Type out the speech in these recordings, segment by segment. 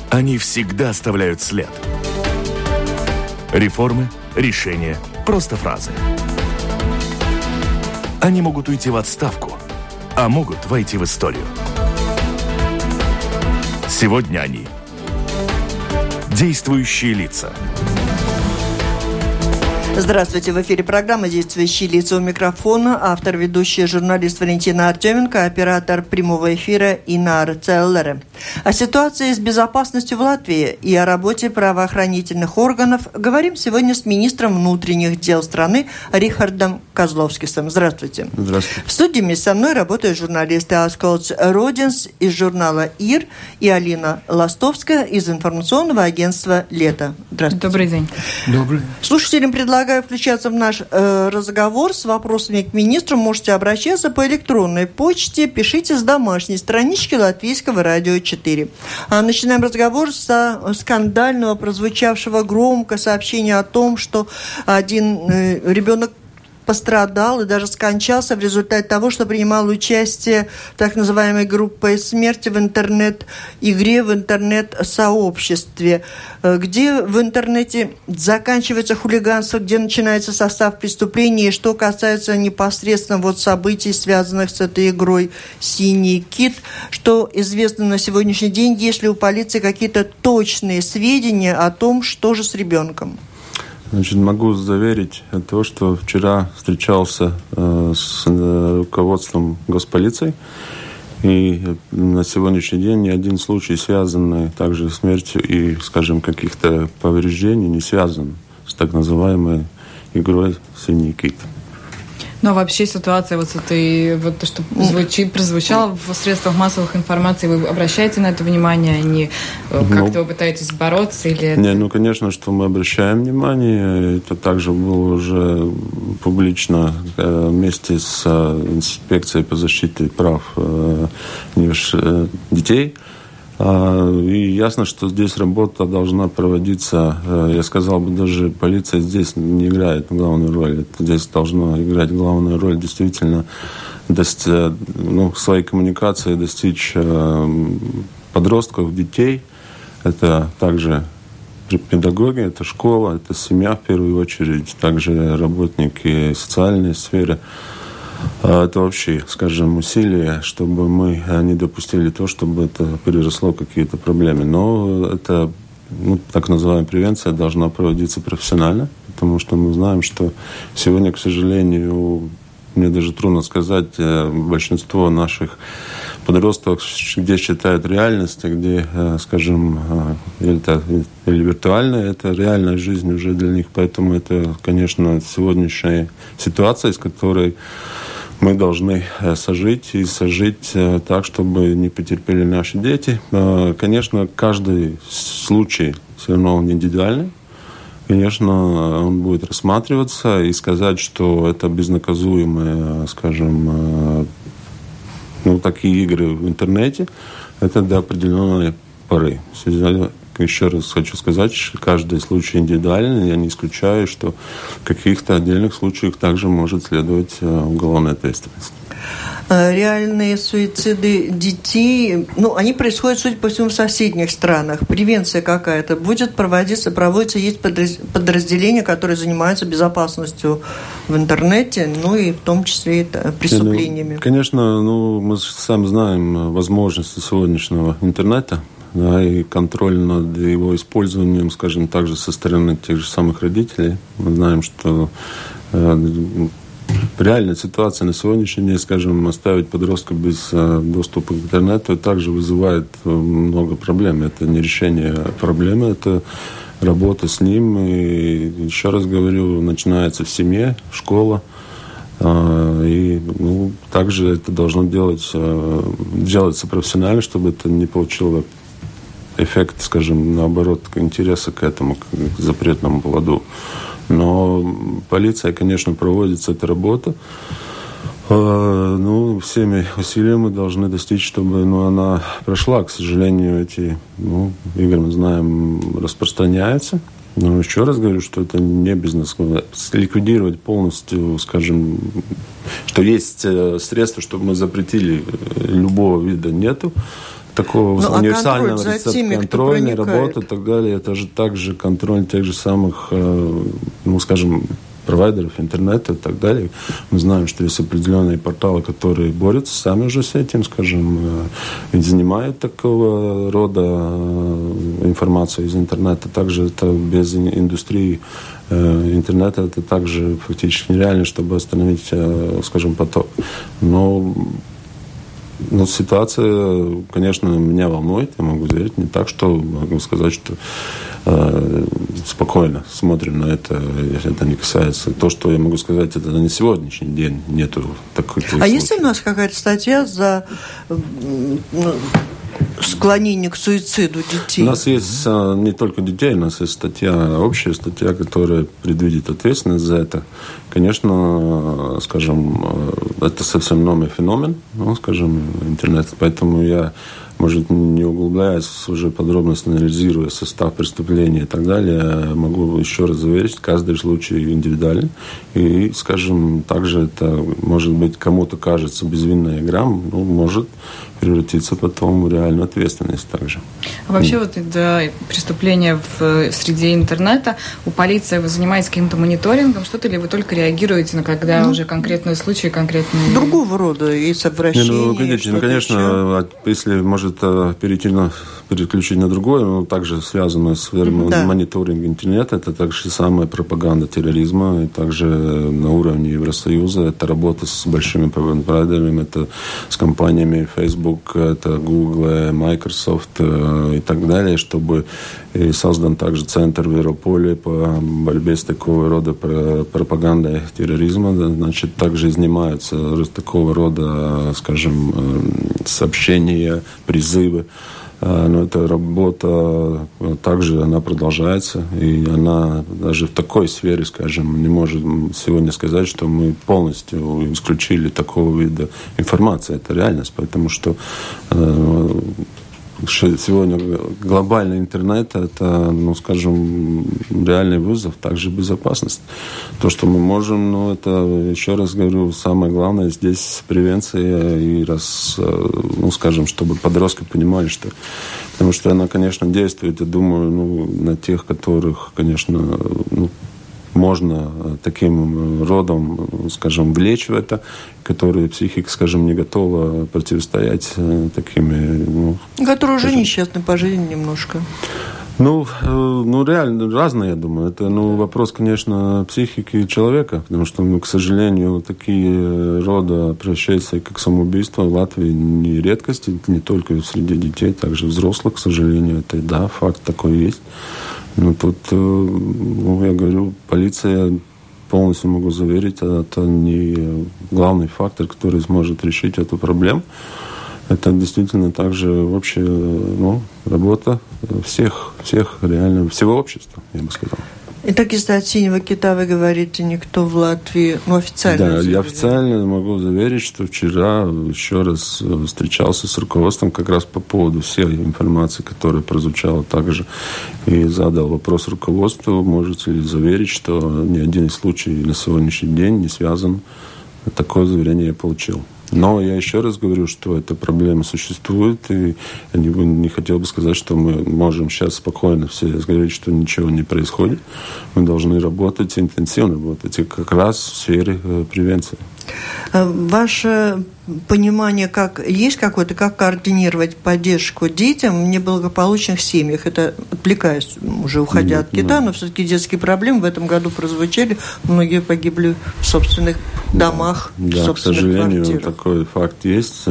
Они всегда оставляют след. Реформы, решения, просто фразы. Они могут уйти в отставку, а могут войти в историю. Сегодня они – действующие лица. Здравствуйте, в эфире программа «Действующие лица», у микрофона автор, ведущая, журналист Валентина Артеменко, оператор прямого эфира Инар Целлере. О ситуации с безопасностью в Латвии и о работе правоохранительных органов говорим сегодня с министром внутренних дел страны Рихардом Козловскисом. Здравствуйте. Здравствуйте. В студии вместе со мной работают журналисты Аскольдс Родинс из журнала «Ир» и Алина Ластовская из информационного агентства «Лето». Здравствуйте. Добрый день. Добрый. Слушателям предлагаю включаться в наш разговор с вопросами к министру. Можете обращаться по электронной почте, пишите с домашней странички Латвийского радио 4. Начинаем разговор со скандального, прозвучавшего громко сообщения о том, что один ребенок пострадал и даже скончался в результате того, что принимал участие в так называемой группе смерти в интернет-игре, в интернет-сообществе, где в интернете заканчивается хулиганство, где начинается состав преступления. И что касается непосредственно событий, связанных с этой игрой «Синий кит», что известно на сегодняшний день, есть ли у полиции какие-то точные сведения о том, что же с ребенком? Значит, могу заверить то, что вчера встречался с руководством госполиции, и на сегодняшний день ни один случай, связанный также с смертью и, скажем, каких-то повреждений, не связан с так называемой игрой «Синий кит». Но вообще ситуация с этой, то, что прозвучало в средствах массовых информации, вы обращаете на это внимание, не как-то вы пытаетесь бороться или... Конечно, что мы обращаем внимание. Это также было уже публично вместе с инспекцией по защите прав детей. И ясно, что здесь работа должна проводиться, я сказал бы, даже полиция здесь не играет главную роль. Здесь должна играть главную роль действительно своей коммуникации достичь подростков, детей. Это также педагоги, это школа, это семья в первую очередь, также работники социальной сферы. Это общие, скажем, усилия, чтобы мы не допустили то, чтобы это переросло в какие-то проблемы. Но это, так называемая превенция, должна проводиться профессионально, потому что мы знаем, что сегодня, к сожалению, мне даже трудно сказать, большинство наших подростков, где считают реальность, где, скажем, или виртуальная, это реальная жизнь уже для них. Поэтому это, конечно, сегодняшняя ситуация, с которой мы должны сожить так, чтобы не потерпели наши дети. Конечно, каждый случай все равно он индивидуальный. Конечно, он будет рассматриваться, и сказать, что это безнаказуемые, скажем, такие игры в интернете, это до определенной поры. Еще раз хочу сказать, что каждый случай индивидуальный. Я не исключаю, что в каких-то отдельных случаях также может следовать уголовная ответственность. Реальные суициды детей, они происходят, судя по всему, в соседних странах. Превенция какая-то будет проводиться, есть подразделения, которые занимаются безопасностью в интернете, и в том числе и преступлениями. Конечно, мы сами знаем возможности сегодняшнего интернета, и контроль над его использованием, скажем, также со стороны тех же самых родителей. Мы знаем, что реальная ситуация на сегодняшний день, скажем, оставить подростка без доступа к интернету также вызывает много проблем. Это не решение проблемы, это работа с ним. И еще раз говорю, начинается в семье, школа. И также это должно делаться профессионально, чтобы это не получило эффект, скажем, наоборот, интереса к этому, к запретному плоду. Но полиция, конечно, проводится эта работа. Всеми усилиями мы должны достичь, чтобы она прошла. К сожалению, эти игры, мы знаем, распространяются. Но еще раз говорю, что это не бизнес. Ликвидировать полностью, скажем, что есть средства, чтобы мы запретили любого вида, нету. Такого универсального рецепта, контрольной работы и так далее. Это же также контроль тех же самых, скажем, провайдеров интернета и так далее. Мы знаем, что есть определенные порталы, которые борются сами уже с этим, скажем, и занимают такого рода информацию из интернета. Также это без индустрии интернета это также фактически нереально, чтобы остановить, скажем, поток. Но ситуация, конечно, меня волнует, я могу заверить, не так, что могу сказать, что спокойно смотрим на это, если это не касается. То, что я могу сказать, это на сегодняшний день нету такой случая. А есть у нас какая-то статья за склонение к суициду детей? У нас есть не только детей, у нас есть общая статья, которая предвидит ответственность за это. Конечно, скажем, это совсем новый феномен, скажем, интернет. Поэтому я, может, не углубляясь уже подробно, анализируя состав преступления и так далее, могу еще раз заверить, каждый случай индивидуален. И, скажем, также это, может быть, кому-то кажется безвинная игра, может превратиться потом в реальную ответственность также. А вообще вот до преступления в среде интернета у полиции вы занимаетесь каким-то мониторингом, что-то ли вы только реационируете на когда уже конкретные случаи, конкретные... Другого рода есть обращения. Конечно, если может переключить на другое, также связано с мониторингом интернета, это также самая пропаганда терроризма, и также на уровне Евросоюза, это работа с большими провайдерами, это с компаниями Facebook, это Google, Microsoft и так далее, чтобы и создан также центр в Европоле по борьбе с такого рода пропагандой терроризма. Значит, также занимаются такого рода, скажем, сообщения, призывы. Но эта работа также она продолжается, и она даже в такой сфере, скажем, не можем сегодня сказать, что мы полностью исключили такого вида информации. Это реальность, потому что сегодня глобальный интернет – это, скажем, реальный вызов, также безопасность. То, что мы можем, это, еще раз говорю, самое главное здесь превенция и скажем, чтобы подростки понимали, что... Потому что она, конечно, действует, я думаю, на тех, которых, конечно, можно таким родом, скажем, влечь в это, которые психика, скажем, не готова противостоять такими... Которые уже несчастны по жизни немножко. Реально разные, я думаю. Это, вопрос, конечно, психики человека, потому что, к сожалению, такие рода происшествия, как самоубийство, в Латвии не редкость, не только среди детей, также взрослых, к сожалению. Это, да, факт такой есть. Но тут, я говорю, полиция, полностью могу заверить, это не главный фактор, который сможет решить эту проблему. Это действительно также общая работа всех реально, всего общества, я бы сказал. Итак, если от синего кита вы говорите, никто в Латвии, официально... Да, я официально могу заверить, что вчера еще раз встречался с руководством как раз по поводу всей информации, которая прозвучала также, и задал вопрос руководству, можете ли заверить, что ни один случай на сегодняшний день не связан. Такое заверение я получил. Но я еще раз говорю, что эта проблема существует, и я не хотел бы сказать, что мы можем сейчас спокойно все говорить, что ничего не происходит. Мы должны работать, интенсивно работать, и как раз в сфере превенции. Ваше понимание, как координировать поддержку детям в неблагополучных семьях? Это, отвлекаясь, уже уходя от кита, но все-таки детские проблемы в этом году прозвучали. Многие погибли в собственных домах, в собственных к сожалению, квартирах. Такой факт есть.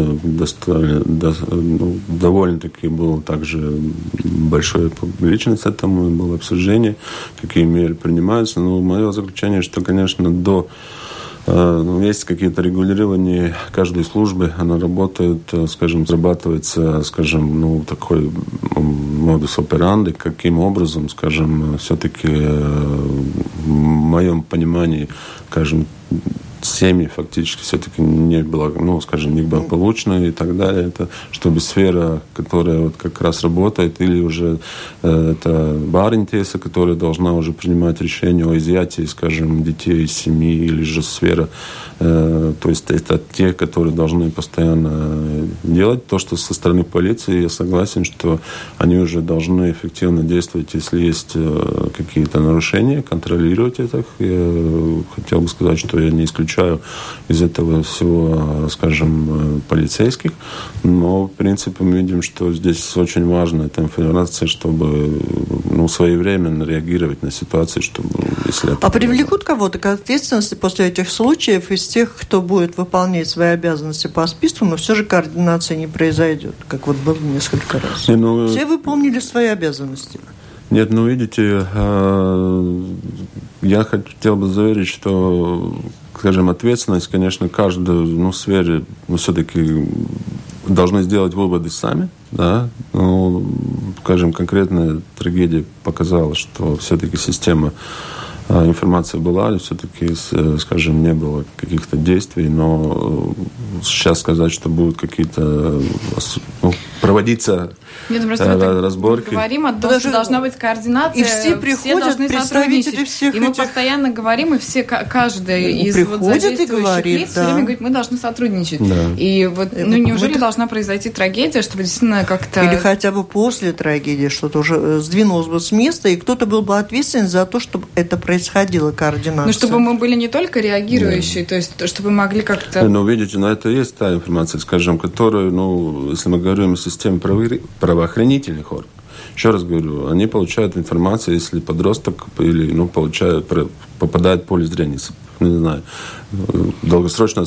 Довольно-таки было также большое публичность этому, было обсуждение, какие меры принимаются. Но мое заключение, что, конечно, есть какие-то регулирования каждой службы, она работает, скажем, зарабатывается, скажем, такой модус операнди, каким образом, скажем, все-таки в моем понимании, скажем, семьи фактически все-таки не было, неблагополучно и так далее. Это чтобы сфера, которая вот как раз работает, или уже это баринтеса, которая должна уже принимать решение о изъятии, скажем, детей из семьи, или же сфера, то есть это те, которые должны постоянно делать то, что со стороны полиции. Я согласен, что они уже должны эффективно действовать, если есть какие-то нарушения, контролировать это. Я хотел бы сказать, что я не исключаю из этого всего, скажем, полицейских, но в принципе мы видим, что здесь очень важна эта информация, чтобы своевременно реагировать на ситуации, чтобы если это... А привлекут кого-то к ответственности после этих случаев из тех, кто будет выполнять свои обязанности по списку, но все же координация не произойдет, как вот было несколько раз. Все выполнили свои обязанности. Нет, видите, я хотел бы заверить, что, скажем, ответственность, конечно, каждой сфере все-таки должны сделать выводы сами, да. Скажем, конкретная трагедия показала, что все-таки система информация была, все-таки, скажем, не было каких-то действий, но сейчас сказать, что будут какие-то проводиться разборки. Мы говорим о том, что должна быть координация, и все приходят, все должны сотрудничать. Всех и мы постоянно говорим, и каждый из задействующих лиц все время говорит, мы должны сотрудничать. Да. И неужели должна произойти трагедия, чтобы действительно как-то... Или хотя бы после трагедии что-то уже сдвинулось бы с места, и кто-то был бы ответственен за то, чтобы это происходило, координация. Чтобы мы были не только реагирующие, то есть чтобы мы могли как-то... Видите, это есть та информация, скажем, которую, если мы говорим о системе правоохранительных органов, еще раз говорю, они получают информацию, если подросток или попадает в поле зрения. Не знаю, долгосрочно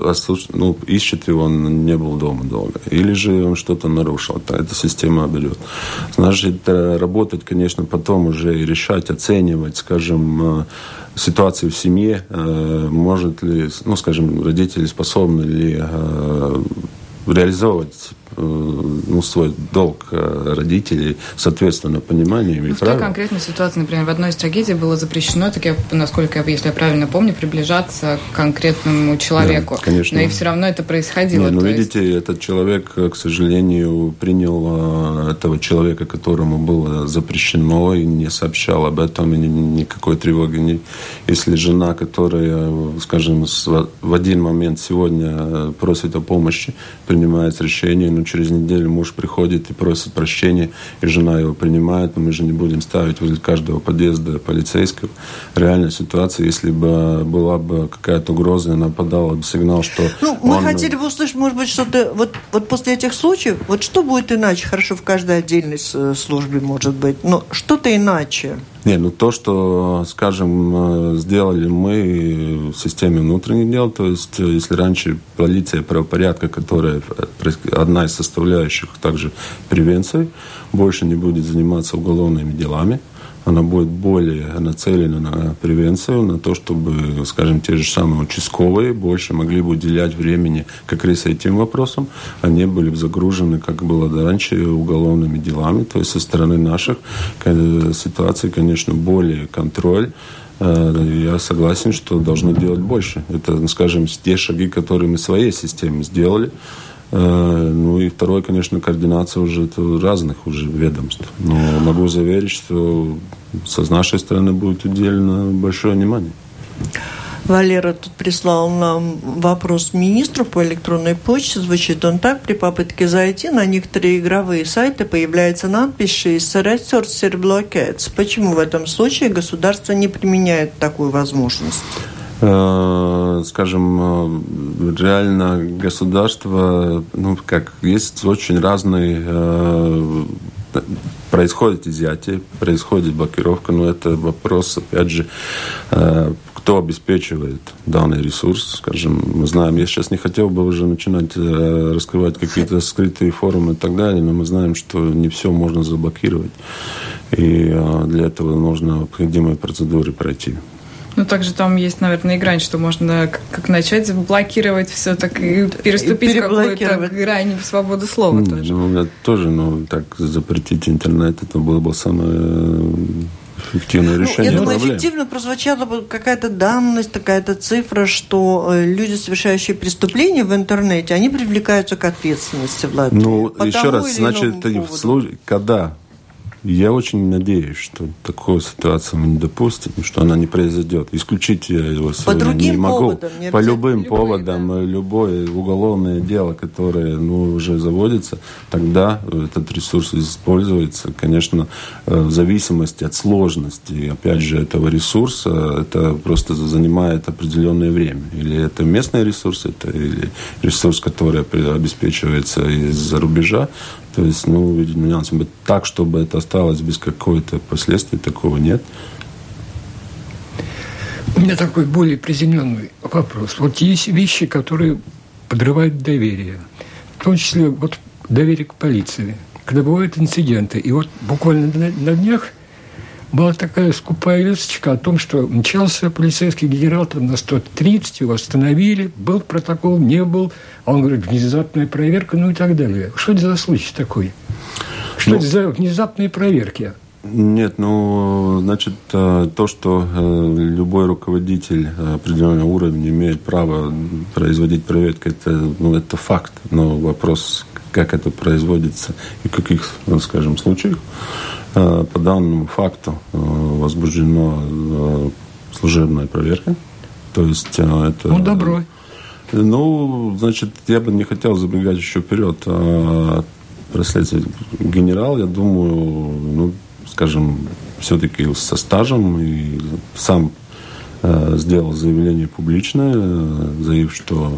ищет его, он не был дома долго. Или же он что-то нарушил. Эта система берет. Значит, работать, конечно, потом уже и решать, оценивать, скажем, ситуацию в семье. Может ли, скажем, родители способны ли реализовывать свой долг родителей, соответственно, пониманием и правилам. В той конкретной ситуации, например, в одной из трагедий было запрещено, насколько если я правильно помню, приближаться к конкретному человеку. Да, конечно. Но и все равно это происходило. Видите, этот человек, к сожалению, принял этого человека, которому было запрещено, и не сообщал об этом, и никакой тревоги. Если жена, которая, скажем, в один момент сегодня просит о помощи, принимает решение, через неделю муж приходит и просит прощения, и жена его принимает, но мы же не будем ставить возле каждого подъезда полицейского. Реальная ситуация, если бы была бы какая-то угроза, она подала бы сигнал, что... Мы хотели бы услышать, может быть, что-то... Вот после этих случаев, что будет иначе? Хорошо, в каждой отдельной службе, может быть, но что-то иначе. То, что, скажем, сделали мы в системе внутренних дел, то есть, если раньше полиция правопорядка, которая одна из составляющих также превенции, больше не будет заниматься уголовными делами, она будет более нацелена на превенцию, на то, чтобы, скажем, те же самые участковые больше могли бы уделять времени как раз этим вопросам, а не были бы загружены, как было раньше, уголовными делами. То есть со стороны наших ситуаций, конечно, более контроль. Я согласен, что должны делать больше. Это, скажем, те шаги, которые мы в своей системе сделали. И второе, конечно, координация уже разных уже ведомств. Но могу заверить, что с нашей стороны будет уделено большое внимание. Валера тут прислал нам вопрос министру по электронной почте. Звучит он так. При попытке зайти на некоторые игровые сайты появляется надпись «Resources are blocked». Почему в этом случае государство не применяет такую возможность? Скажем, реально государство, есть очень разные... Происходит изъятие, происходит блокировка, но это вопрос, опять же, кто обеспечивает данный ресурс, скажем, мы знаем, я сейчас не хотел бы уже начинать раскрывать какие-то скрытые форумы и так далее, но мы знаем, что не все можно заблокировать, и для этого нужно необходимые процедуры пройти. Также там есть, наверное, и грань, что можно как начать блокировать все, так и переступить какую-то грань свободы слова тоже. Так запретить интернет, это было бы самое эффективное решение проблем. Я думаю, эффективно прозвучала бы какая-то данность, какая-то цифра, что люди, совершающие преступления в интернете, они привлекаются к ответственности в Латвии. Ну, еще раз, значит, в случае, когда... Я очень надеюсь, что такую ситуацию мы не допустим, что она не произойдет. Исключить я его сегодня не могу. По любым поводам, да. Любое уголовное дело, которое уже заводится, тогда этот ресурс используется, конечно, в зависимости от сложности, опять же, этого ресурса, это просто занимает определенное время. Или это местный ресурс, или ресурс, который обеспечивается из-за рубежа. То есть, так, чтобы это осталось без какой-то последствий, такого нет. У меня такой более приземленный вопрос. Вот есть вещи, которые подрывают доверие. В том числе вот доверие к полиции. Когда бывают инциденты. И вот буквально на днях была такая скупая весточка о том, что мчался полицейский генерал там на 130, его остановили, был протокол, не был. А он говорит, внезапная проверка, и так далее. Что это за случай такой? Что это за внезапные проверки? Нет, значит, то, что любой руководитель определенного уровня имеет право производить проверки, это факт. Но вопрос, как это производится и в каких, скажем, случаях. По данному факту возбуждена служебная проверка. То есть это... добро. Значит, я бы не хотел забегать еще вперед. Проследствие генерал, я думаю, скажем, все-таки со стажем и сам сделал заявление публичное, заявив, что,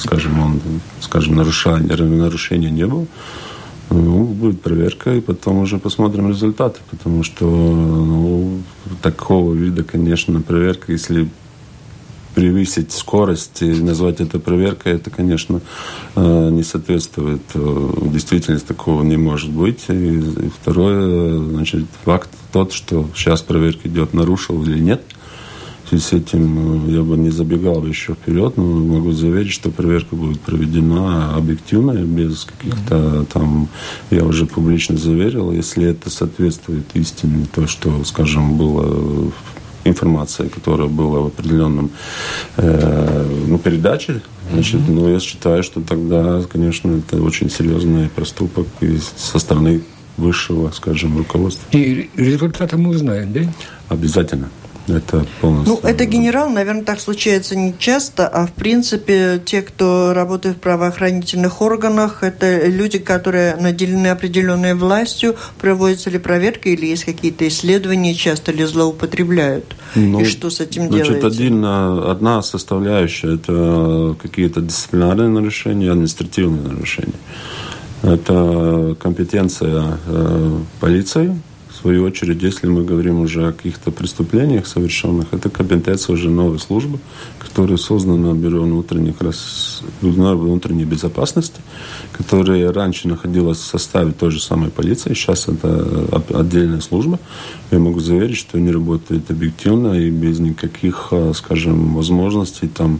нарушения не было. Будет проверка, и потом уже посмотрим результаты, потому что такого вида, конечно, проверка, если превысить скорость и назвать это проверкой, это, конечно, не соответствует действительности, такого не может быть. И второе, значит, факт тот, что сейчас проверка идет, нарушил или нет. В связи с этим я бы не забегал еще вперед, но могу заверить, что проверка будет проведена объективно, без каких-то там, я уже публично заверил, если это соответствует истине, то, что, скажем, было информация, которая была в определенном передаче, значит, я считаю, что тогда, конечно, это очень серьезный проступок и со стороны высшего, скажем, руководства. И результаты мы узнаем, да? Обязательно. Это полностью... это генерал, наверное, так случается не часто, а в принципе те, кто работает в правоохранительных органах, это люди, которые наделены определенной властью. Проводятся ли проверки или есть какие-то исследования, часто ли злоупотребляют? И что с этим делается? Одна составляющая – это какие-то дисциплинарные нарушения, административные нарушения. Это компетенция полиции. В свою очередь, если мы говорим уже о каких-то преступлениях совершенных, это компетенция уже новой службы, которая создана Бюро внутренней безопасности, которая раньше находилась в составе той же самой полиции, сейчас это отдельная служба. Я могу заверить, что они работают объективно и без никаких, скажем, возможностей там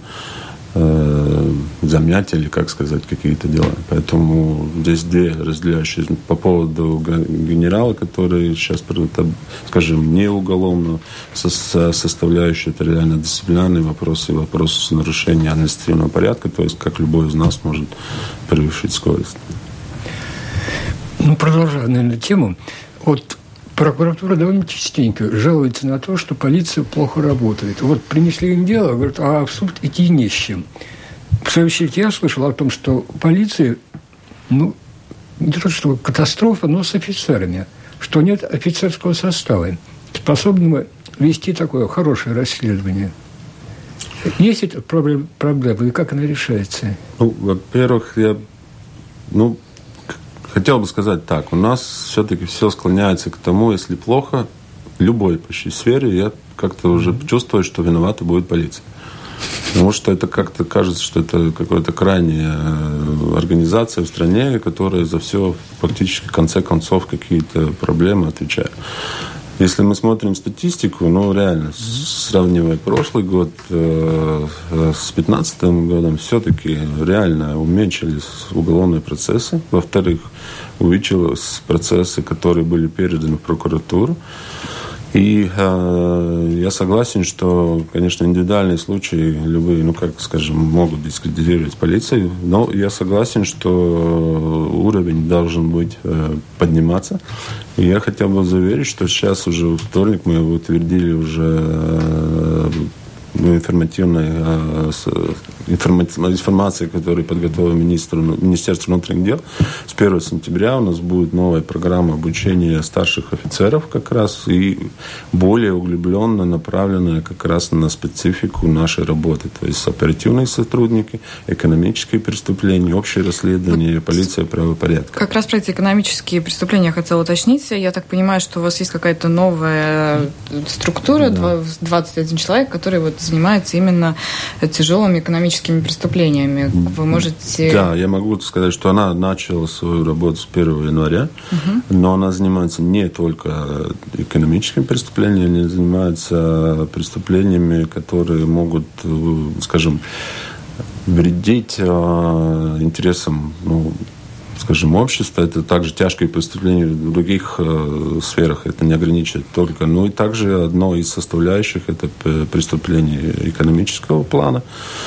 замять или, как сказать, какие-то дела. Поэтому здесь две разделяющие. По поводу генерала, который сейчас, скажем, не уголовно составляющий, это реально дисциплинарный вопрос и вопрос нарушения административного порядка, то есть как любой из нас может превышить скорость. Продолжая, наверное, тему. Прокуратура довольно частенько жалуется на то, что полиция плохо работает. Принесли им дело, говорят, а в суд идти не с чем. В свою очередь, я слышал о том, что полиция, не то что катастрофа, но с офицерами, что нет офицерского состава, способного вести такое хорошее расследование. Есть эта проблема, и как она решается? Во-первых, я хотел бы сказать так. У нас все-таки все склоняется к тому, если плохо, в любой почти сфере, я как-то уже чувствую, что виновата будет полиция. Потому что это как-то кажется, что это какая-то крайняя организация в стране, которая за все фактически в конце концов какие-то проблемы отвечает. Если мы смотрим статистику, реально, сравнивая прошлый год с 2015 годом, все-таки реально уменьшились уголовные процессы. Во-вторых, увеличились процессы, которые были переданы в прокуратуру. И я согласен, что, конечно, индивидуальные случаи, любые, могут дискредитировать полицию, но я согласен, что уровень должен быть подниматься. И я хотел бы заверить, что сейчас уже во вторник мы утвердили уже информации, которую подготовил Министерство внутренних дел. С 1 сентября у нас будет новая программа обучения старших офицеров как раз и более углубленно направленная как раз на специфику нашей работы. То есть оперативные сотрудники, экономические преступления, общее расследование, полиция правопорядка. Как раз про эти экономические преступления я хотела уточнить. Я так понимаю, что у вас есть какая-то новая структура, 21 человек, который занимается именно тяжелыми экономическими преступлениями. Вы можете... Да, я могу сказать, что она начала свою работу с 1 января, но она занимается не только экономическими преступлениями, она занимается преступлениями, которые могут, вредить интересам, общества. Это также тяжкие преступления в других сферах. Это не ограничивает только. И также одно из составляющих – это преступление экономического плана.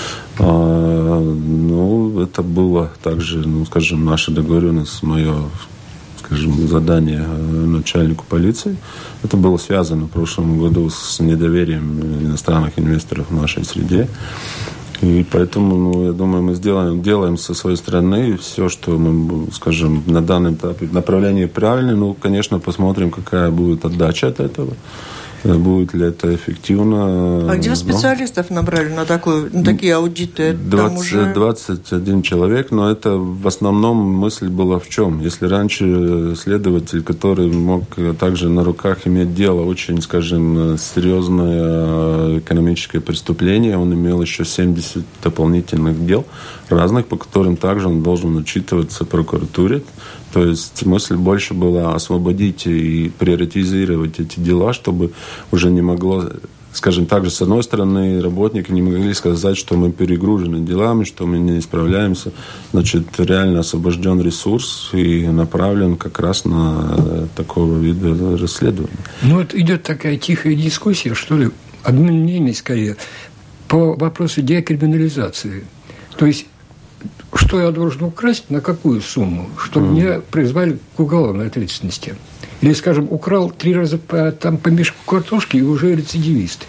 Это было также, наша договоренность, мое, задание начальнику полиции. Это было связано в прошлом году с недоверием иностранных инвесторов в нашей среде. И поэтому, я думаю, мы делаем со своей стороны все, что мы, на данном этапе направление правильное. Конечно, посмотрим, какая будет отдача от этого. Будет ли это эффективно? А где вы специалистов набрали на такие аудиты? 21 человек, но это в основном мысль была в чем? Если раньше следователь, который мог также на руках иметь дело очень, серьезное экономическое преступление, он имел еще 70 дополнительных дел разных, по которым также он должен учитываться в прокуратуре. То есть мысль больше была освободить и приоритизировать эти дела, чтобы уже не могло, также с одной стороны, работники не могли сказать, что мы перегружены делами, что мы не справляемся. Реально освобожден ресурс и направлен как раз на такого вида расследования. Идет такая тихая дискуссия, что ли, одно мнение скорее, по вопросу декриминализации. То есть что я должен украсть, на какую сумму, чтобы меня призвали к уголовной ответственности. Или, украл 3 раза по мешку картошки и уже рецидивист.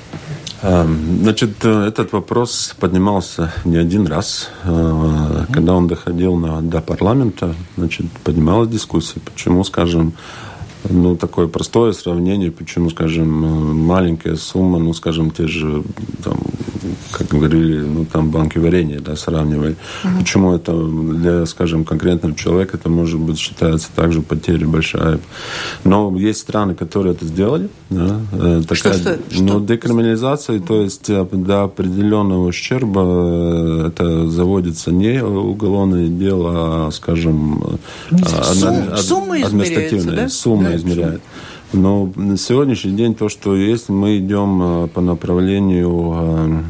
Этот вопрос поднимался не один раз. Когда он доходил до парламента, поднималась дискуссия, почему, такое простое сравнение, почему, маленькая сумма, те же, как говорили, банки варенья, сравнивали. Почему это для, конкретного человека это, может быть, считается также потеря большая. Но есть страны, которые это сделали. Да, декриминализация, то есть до определенного ущерба это заводится не уголовное дело, а, административное. Да? Сумма измеряет. Но на сегодняшний день то, что есть, мы идем по направлению,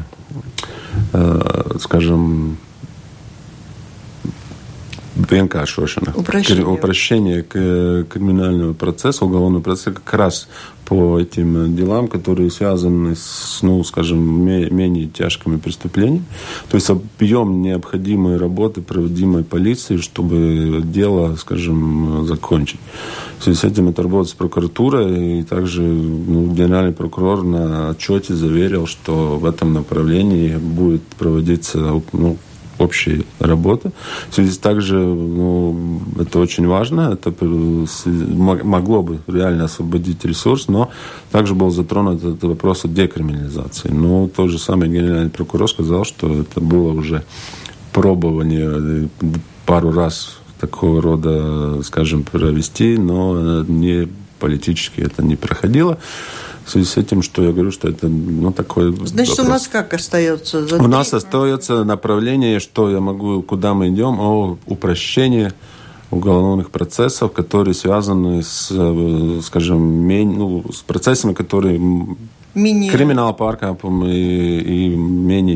упрощение криминального процесса, уголовного процесса как раз по этим делам, которые связаны с, менее тяжкими преступлениями. То есть объем необходимой работы, проводимой полицией, чтобы дело, закончить. В связи с этим это работа с прокуратурой, и также генеральный прокурор на отчете заверил, что в этом направлении будет проводиться общая работа. В связи с также, это очень важно, это могло бы реально освободить ресурс, но также был затронут этот вопрос декриминализации. Но тот же самый генеральный прокурор сказал, что это было уже пробование пару раз такого рода, провести, но не политически это не проходило. В связи с этим, что я говорю, что это такой Значит, вопрос. У нас как остается? У нас остается направление, куда мы идем, упрощение уголовных процессов, которые связаны с, с процессами, которые Криминал pārkāpumi и менее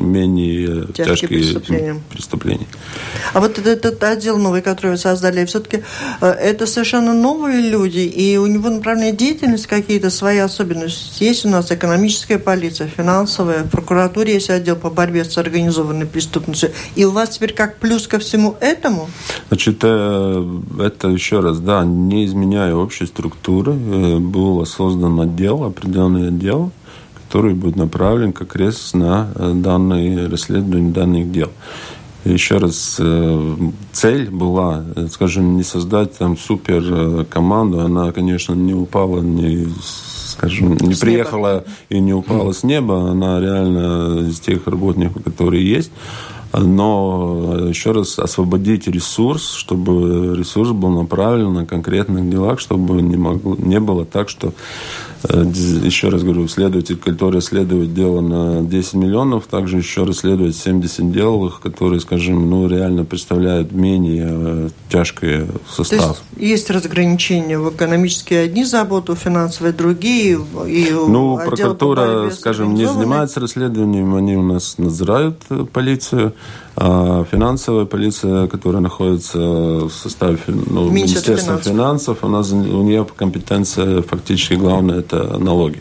тяжкие преступления. А вот этот отдел новый, который вы создали, все-таки это совершенно новые люди, и у него направление деятельности какие-то свои особенности. Есть у нас экономическая полиция, финансовая, в прокуратуре есть отдел по борьбе с организованной преступностью. И у вас теперь как плюс ко всему этому? Значит, это еще раз, да, не изменяя общей структуры, было создано определенный отдел, который будет направлен как раз на данные расследования данных дел. Еще раз, цель была, скажем, не создать там супер команду, она, конечно, не упала, не приехала и не упала с неба, она реально из тех работников, которые есть. Но, еще раз, освободить ресурс, чтобы ресурс был направлен на конкретных делах, чтобы не было так, что, еще раз говорю, следователь, который расследует дело на 10 миллионов, также еще расследует 70 дел, которые, скажем, реально представляют менее тяжкий состав. То есть разграничения в экономические одни заботы, финансовые другие, и прокуратура, скажем, не занимается расследованием, они у нас надзирают полицию, а финансовая полиция, которая находится в составе Министерства финансов, у нее компетенция фактически главная – это налоги.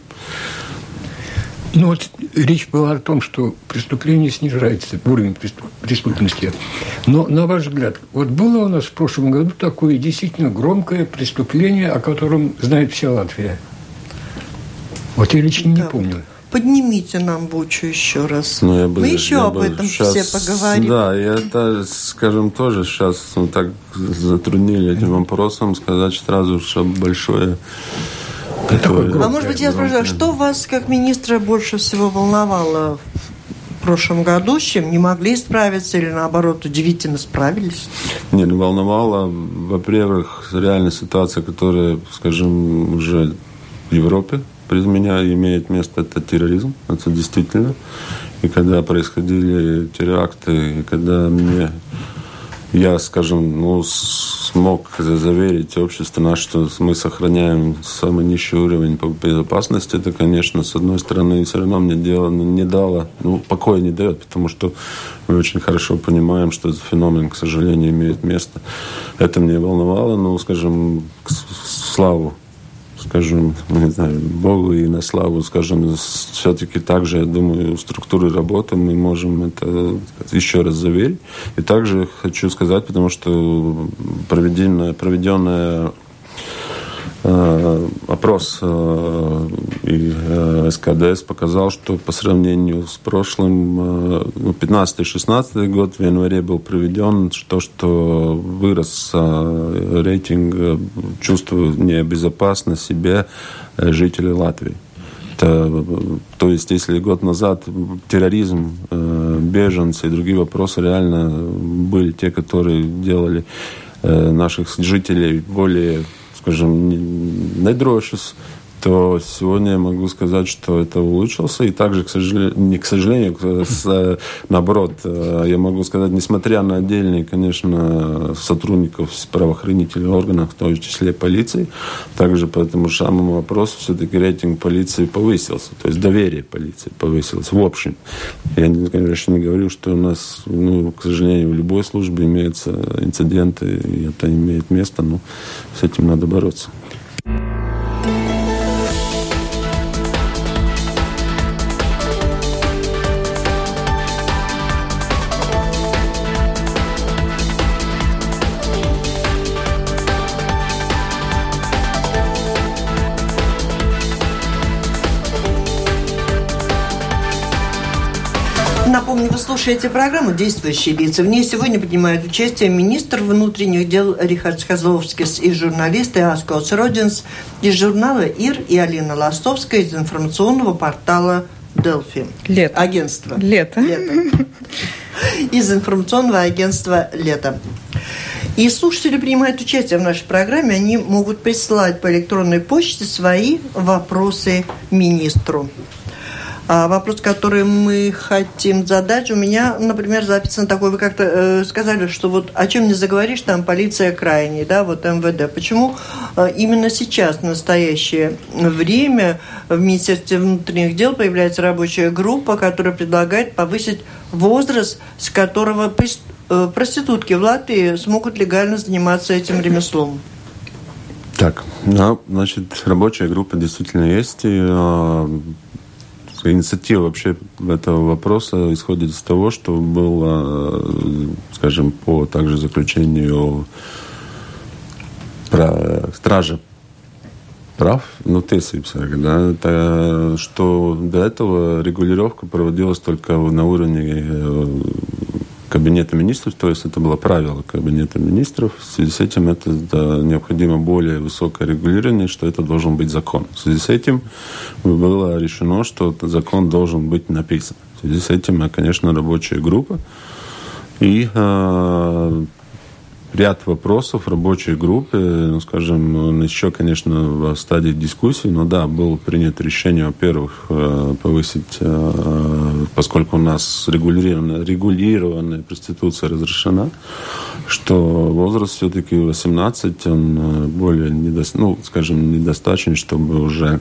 Речь была о том, что преступление снижается, уровень преступности. Но, на ваш взгляд, было у нас в прошлом году такое действительно громкое преступление, о котором знает вся Латвия? Я лично не помню. Поднимите нам Бучу еще раз. Мы еще об этом сейчас, все поговорим. Да, и это, скажем, тоже сейчас так затруднили этим вопросом сказать сразу, что большое... А может быть, я спрашиваю, что вас, как министра, больше всего волновало в прошлом году, с чем не могли справиться или, наоборот, удивительно справились? Волновало, во-первых, реальная ситуация, которая, скажем, уже в Европе при меня имеет место, это терроризм, это действительно. И когда происходили теракты, и когда я, скажем, смог заверить общество, что мы сохраняем самый низкий уровень по безопасности, это, конечно, с одной стороны, все равно мне не дало, покоя не дает, потому что мы очень хорошо понимаем, что этот феномен, к сожалению, имеет место. Это меня волновало, скажем, славу, скажем, не знаю, Богу и на славу, скажем, все-таки также, я думаю, структуры работы мы можем это еще раз заверить. И также хочу сказать, потому что проведенный опрос и СКДС показал, что по сравнению с прошлым, 15-16 год в январе был проведен, что вырос рейтинг чувства небезопасности себе жителей Латвии. То есть, если год назад терроризм, беженцы и другие вопросы реально были те, которые делали наших жителей более, скажем, недрошис, то сегодня я могу сказать, что это улучшился. И также, наоборот, я могу сказать, несмотря на отдельные, конечно, сотрудников правоохранительных органов, в том числе полиции, также по этому же самому вопросу все-таки рейтинг полиции повысился. То есть доверие полиции повысилось в общем. Я, конечно, не говорю, что у нас, к сожалению, в любой службе имеются инциденты, и это имеет место, но с этим надо бороться. Напомню, вы слушаете программу «Действующие лица». В ней сегодня принимают участие министр внутренних дел Рихардс Козловскис и журналисты Аскоts Родинс из журнала «Ир» и Алина Ластовская из информационного портала «Делфи». Лето. Агентство. Лето. Из информационного агентства «Лето». И слушатели принимают участие в нашей программе. Они могут присылать по электронной почте свои вопросы министру. А вопрос, который мы хотим задать, у меня, например, записан такой, вы как-то сказали, что вот о чем не заговоришь, там полиция крайней, да, вот МВД. Почему именно сейчас, в настоящее время, в Министерстве внутренних дел появляется рабочая группа, которая предлагает повысить возраст, с которого проститутки в Латвии смогут легально заниматься этим ремеслом? Так, ну, значит, рабочая группа действительно есть, и инициатива вообще этого вопроса исходит из того, что было, скажем, по также заключению стража прав, да, это, что до этого регулировка проводилась только на уровне Кабинета министров, то есть это было правило Кабинета министров. В связи с этим это необходимо более высокое регулирование, что это должен быть закон. В связи с этим было решено, что закон должен быть написан. В связи с этим, конечно, рабочая группа и ряд вопросов рабочей группы, ну, скажем, он еще, конечно, в стадии дискуссии, но да, было принято решение, во-первых, повысить, поскольку у нас регулированная проституция разрешена, что возраст все-таки 18, он более недостаточен, чтобы уже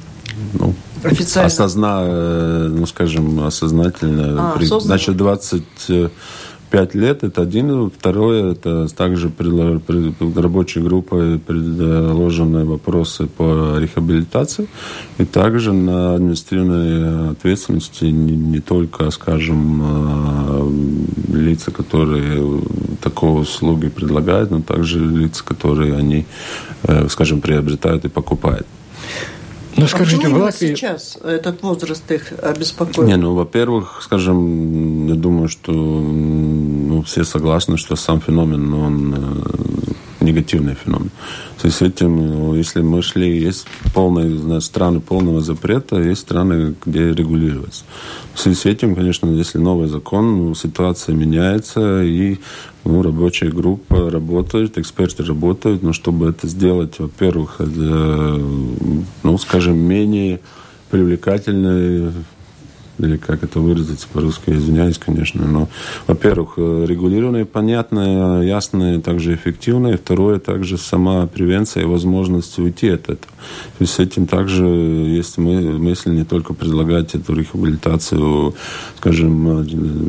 осознательно, значит, 25 лет, это один. Второе, это также рабочей группой предложены вопросы по рехабилитации и также на административной ответственности не только, скажем, лица, которые такого услуги предлагают, но также лица, которые они, скажем, приобретают и покупают. Ну, скажите, почему именно сейчас этот возраст их обеспокоит? Во-первых, скажем, я думаю, что все согласны, что сам феномен, он негативный феномен. В связи с этим, если мы шли, есть страны полного запрета, есть страны, где регулируется. В связи с этим, конечно, если новый закон, ситуация меняется, и рабочая группа работает, эксперты работают, но чтобы это сделать, во-первых, скажем, менее привлекательной, или как это выразиться по-русски, извиняюсь, конечно, но, во-первых, регулированные, понятные, ясные, также эффективные. Второе, также сама превенция и возможность уйти от этого. То есть с этим также есть мысль не только предлагать эту рехабилитацию, скажем,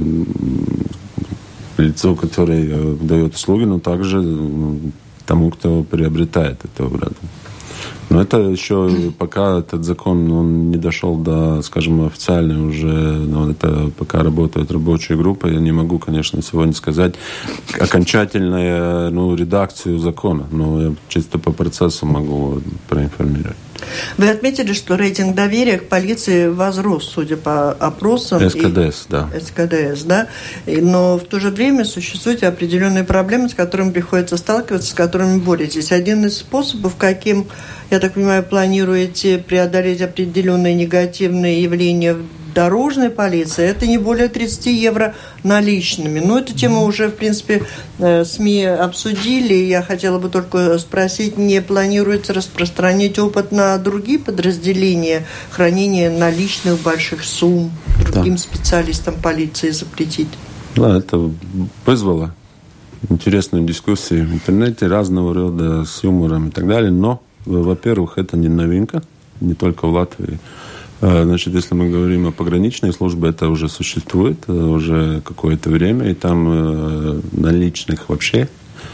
лицу, который дает услуги, но также тому, кто приобретает это вроде. Но это еще пока этот закон он не дошел до, скажем, официальной уже, это пока работает рабочая группа, я не могу, конечно, сегодня сказать окончательную редакцию закона, но я чисто по процессу могу проинформировать. Вы отметили, что рейтинг доверия к полиции возрос, судя по опросам. СКДС, да. СКДС, да. Но в то же время существуют определенные проблемы, с которыми приходится сталкиваться, с которыми боретесь. Один из способов, каким, я так понимаю, планируете преодолеть определенные негативные явления в дорожной полиции, это не более 30 евро наличными. Но эту тему уже, в принципе, СМИ обсудили. Я хотела бы только спросить, не планируется распространить опыт на другие подразделения хранения наличных больших сумм, другим специалистам полиции запретить? Да, это вызвало интересную дискуссию в интернете разного рода с юмором и так далее. Но, во-первых, это не новинка, не только в Латвии. Значит, если мы говорим о пограничной службе, это уже существует уже какое-то время, и там наличных вообще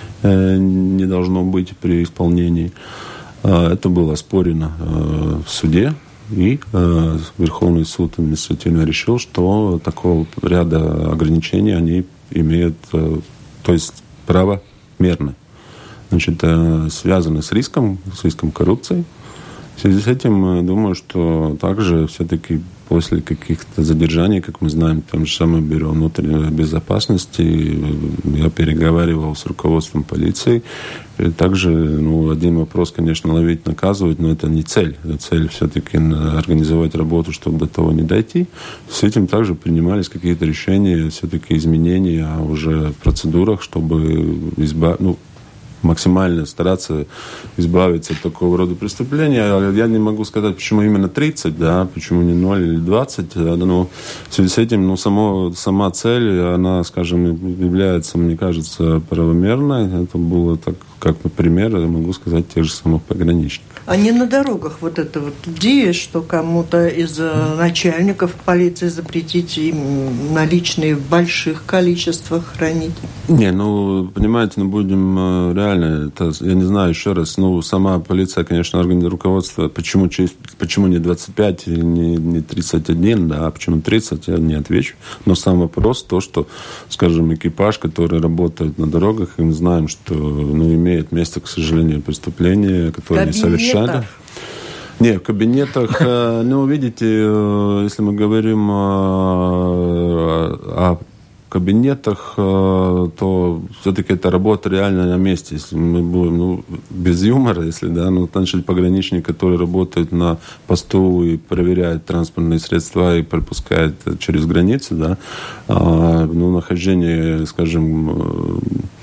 не должно быть при исполнении. Это было оспорено в суде, и Верховный суд административно решил, что такого ряда ограничений они имеют, то есть правомерно. Значит, связаны с риском коррупции. В связи с этим, думаю, что также все-таки после каких-то задержаний, как мы знаем, там же самое Бюро внутренней безопасности, я переговаривал с руководством полиции. И также, один вопрос, конечно, ловить, наказывать, но это не цель. Цель все-таки организовать работу, чтобы до того не дойти. С этим также принимались какие-то решения, все-таки изменения уже в процедурах, чтобы максимально стараться избавиться от такого рода преступления. Я не могу сказать, почему именно 30, да, почему не 0 или 20. Но в связи с этим, сама цель, она, скажем, является, мне кажется, правомерной. Это было так, как, например, я могу сказать, тех же самых пограничников. А не на дорогах вот это вот идея, что кому-то из начальников полиции запретить им наличные в больших количествах хранить? Не, понимаете, будем реально, я не знаю, еще раз, сама полиция, конечно, руководство, почему не 25 или не 31, да, а почему 30, я не отвечу. Но сам вопрос, то, что, скажем, экипаж, который работает на дорогах, и мы знаем, что, имеет место, к сожалению, преступления, которые они совершали. Нет, в кабинетах, видите, если мы говорим о кабинетах, то все-таки это работа реально на месте. Если мы будем, без юмора, если, да, значит, пограничник, который работает на посту и проверяет транспортные средства и пропускает через границы, да, нахождение, скажем,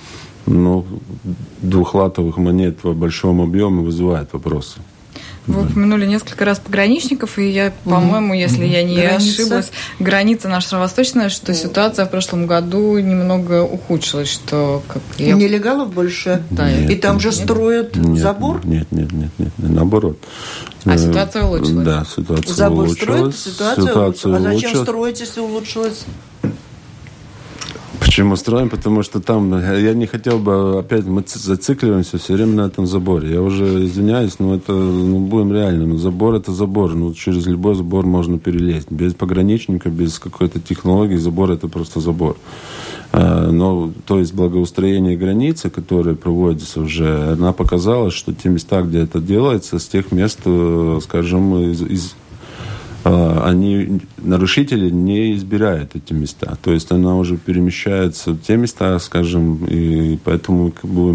двухлатовых монет в большом объеме вызывает вопросы. Вы упомянули несколько раз пограничников, и я, по-моему, если я не ошиблась, граница наша восточная, что ситуация в прошлом году немного ухудшилась, что нелегалов больше? Да. И там же строят забор? Нет, наоборот. А ситуация улучшилась? Да, ситуация забор улучшилась. Ситуация улучшилась. А зачем строить, если улучшилась? Почему строим? Потому что там, я не хотел бы, опять мы зацикливаемся все время на этом заборе. Я уже извиняюсь, это, будем реально, забор это забор, через любой забор можно перелезть. Без пограничника, без какой-то технологии забор это просто забор. То есть благоустроение границы, которое проводится уже, она показала, что те места, где это делается, с тех мест, скажем, нарушители не избирают эти места. То есть она уже перемещается в те места, скажем, и поэтому будем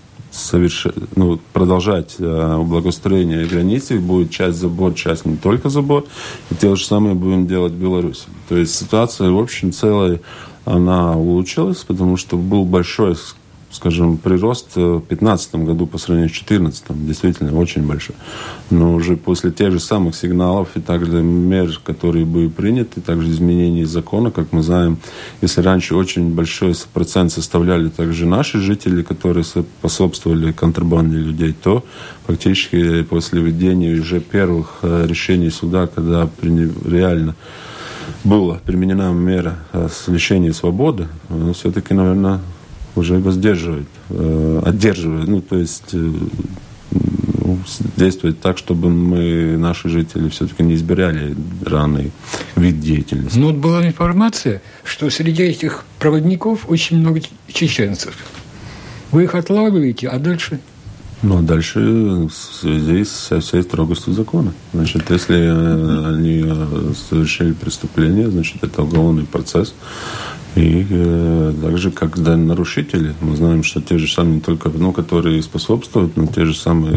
продолжать благоустроение границы. Будет часть забор, часть не только забор. И то же самое будем делать в Беларуси. То есть ситуация, в общем, целая, она улучшилась, потому что был большой, скажем, прирост в 2015 году по сравнению с 2014, действительно очень большой. Но уже после тех же самых сигналов и также мер, которые были приняты, также изменений закона, как мы знаем, если раньше очень большой процент составляли также наши жители, которые способствовали контрабанде людей, то практически после введения уже первых решений суда, когда реально была применена мера лишения свободы, все-таки, наверное, уже воздерживает, одерживает, то есть действовать так, чтобы наши жители все-таки не избирали данный вид деятельности. Была информация, что среди этих проводников очень много чеченцев. Вы их отлавливаете, а дальше? Дальше в связи со всей строгостью закона. Значит, если они совершили преступление, значит, это уголовный процесс. И так же, как нарушители, мы знаем, что те же самые, не только, которые способствуют, но те же самые,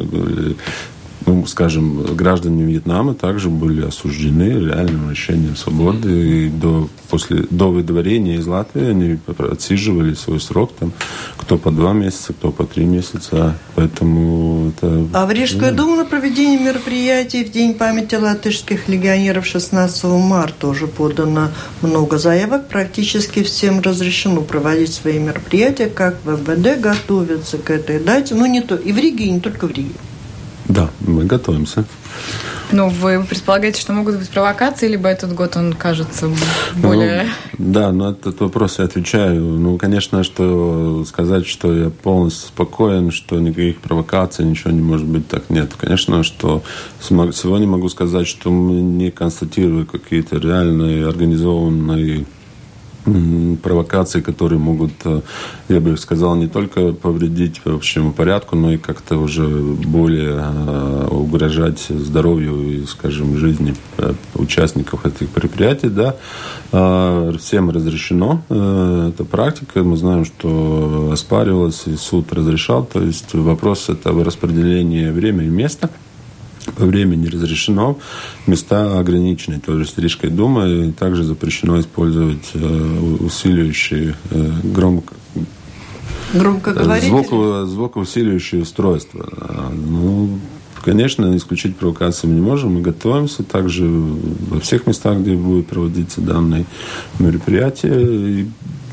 скажем, граждане Вьетнама также были осуждены реальным лишением свободы. И до выдворения из Латвии они отсиживали свой срок, кто по 2 месяца, кто по 3 месяца. Поэтому это... А в Рижскую думу на проведение мероприятий в День памяти латышских легионеров 16 марта уже подано много заявок. Практически всем разрешено проводить свои мероприятия, как в МВД готовятся к этой дате. И в Риге, и не только в Риге. Да, мы готовимся. Вы предполагаете, что могут быть провокации, либо этот год он кажется более... Да, на этот вопрос я отвечаю. Конечно, что сказать, что я полностью спокоен, что никаких провокаций, ничего не может быть, так нет. Конечно, что сегодня могу сказать, что мы не констатируем какие-то реальные организованные провокации, которые могут, я бы сказал, не только повредить общему порядку, но и как-то уже более угрожать здоровью и, скажем, жизни участников этих мероприятий. Да. Всем разрешено эта практика. Мы знаем, что оспаривалась, и суд разрешал. То есть вопрос этого распределения времени и места. По времени разрешено, места ограничены. Тоже с Рижской думой также запрещено использовать усиливающие Громко говорите. Звукоусиливающее устройство. Конечно, исключить провокации мы не можем. Мы готовимся также во всех местах, где будут проводиться данные мероприятия.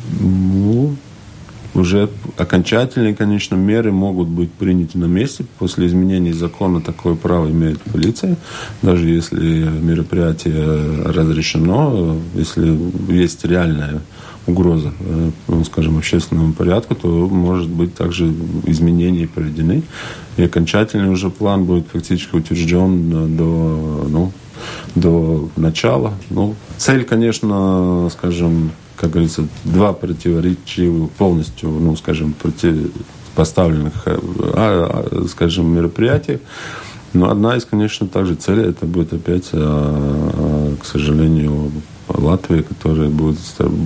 Уже окончательные, конечно, меры могут быть приняты на месте. После изменений закона такое право имеет полиция. Даже если мероприятие разрешено, если есть реальная угроза, скажем, общественному порядку, то, может быть, также изменения проведены. И окончательный уже план будет фактически утвержден до начала. Цель, конечно, скажем, как говорится, два противоречивых полностью, скажем, противопоставленных, скажем, мероприятий. Но одна из, конечно, также целей, это будет опять, к сожалению, Латвия, которая будет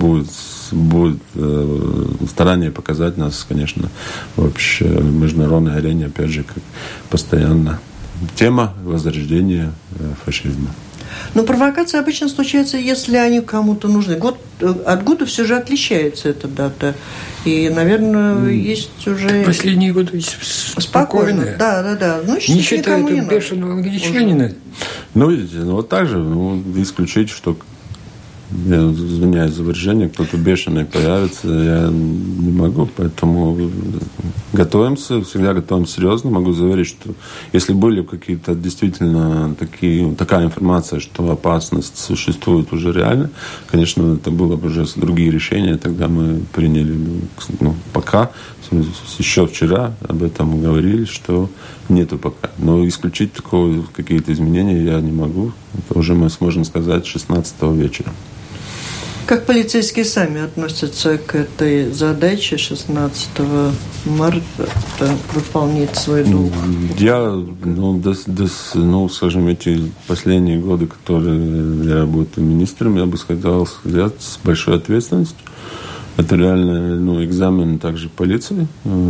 старание показать нас, конечно, вообще в международной арене, опять же, как постоянно тема возрождения фашизма. Но провокации обычно случаются, если они кому-то нужны. Год от года все же отличается эта дата. И, наверное, есть уже... Последние годы спокойно. Да. Не считая этого бешеного англичанина. Видите, вот так же исключить, что... Я извиняюсь за выражение, кто-то бешеный появится, я не могу, поэтому готовимся, всегда готовим серьезно. Могу заверить, что если были какие-то действительно такая информация, что опасность существует уже реально, конечно, это было бы уже другие решения, тогда мы приняли, пока, еще вчера об этом говорили, что нету пока. Но исключить какие-то изменения я не могу. Это уже мы сможем сказать 16 вечера. Как полицейские сами относятся к этой задаче 16 марта выполнить свой долг? Я, скажем, эти последние годы, которые я работаю министром, я бы сказал, с большой ответственностью. Это реально экзамен также полиции.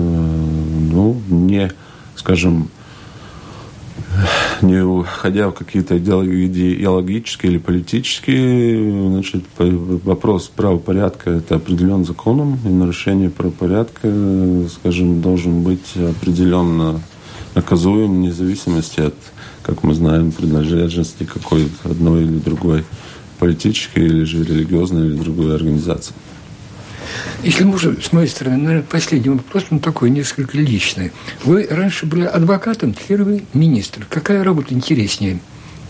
Не, скажем, не уходя в какие-то идеологические или политические, значит, вопрос правопорядка это определен законом, и нарушение правопорядка, скажем, должен быть определенно наказуем вне зависимости от, как мы знаем, принадлежности какой-то одной или другой политической или же религиозной или другой организации. Если можно, с моей стороны, наверное, последний вопрос, такой несколько личный. Вы раньше были адвокатом, теперь вы министр. Какая работа интереснее?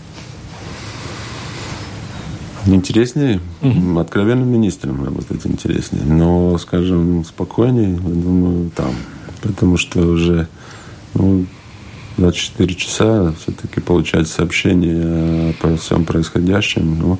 Интереснее? Откровенно министром работать интереснее. Но, скажем, спокойнее, я думаю, там. Потому что уже 24 часа все-таки получать сообщения по всем происходящем.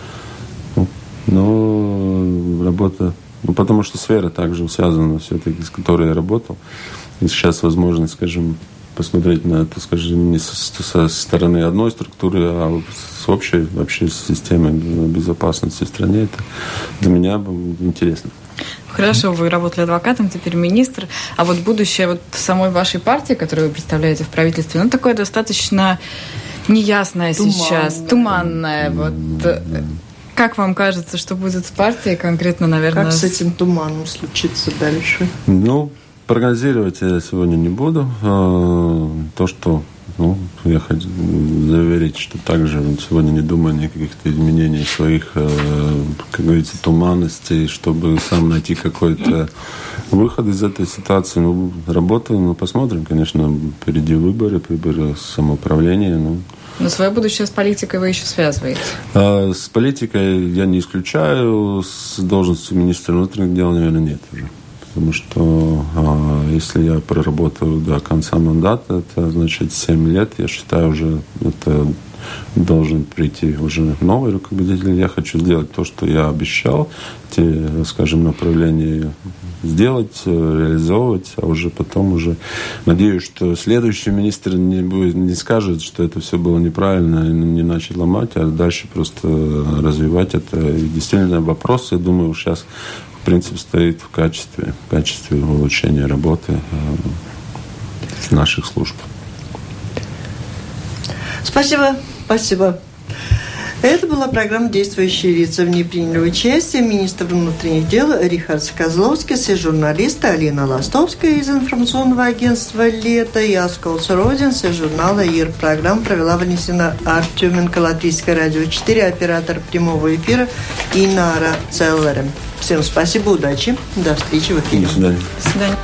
Но работа... потому что сфера также связана все-таки, с которой я работал. И сейчас возможность, скажем, посмотреть на это, скажем, не со стороны одной структуры, а с общей вообще системой безопасности в стране. Это для меня было интересно. Хорошо, вы работали адвокатом, теперь министр. А вот будущее самой вашей партии, которую вы представляете в правительстве, такое достаточно неясное сейчас, туманное. Как вам кажется, что будет с партией конкретно, наверное? Как с этим туманом случится дальше? Прогнозировать я сегодня не буду. То, что я хочу заверить, что также сегодня не думаю о каких-то изменениях своих, как говорится, туманностей, чтобы сам найти какой-то выход из этой ситуации. Работаем, посмотрим. Конечно, впереди выборы самоуправления. Но свое будущее с политикой вы еще связываете? С политикой я не исключаю. С должностью министра внутренних дел, наверное, нет уже. Потому что если я проработаю до конца мандата, это значит 7 лет. Я считаю, уже это должен прийти уже новый руководитель. Я хочу сделать то, что я обещал, те, скажем, направления сделать, реализовывать, а уже потом уже надеюсь, что следующий министр не скажет, что это все было неправильно и не начать ломать, а дальше просто развивать это. И действительно вопрос, я думаю, сейчас в принципе стоит в качестве улучшения работы наших служб. Спасибо. Это была программа «Действующие лица». В ней приняли участие министр внутренних дел Рихард Козловский, и журналисты Алина Ластовская из информационного агентства «Лето» и Асколс Родинс из журнала «ИР». Программу провела Валентина Артеменко, Латвийское радио 4, оператор прямого эфира Инара Целлерем. Всем спасибо, удачи, до встречи в эфире. До свидания. До свидания.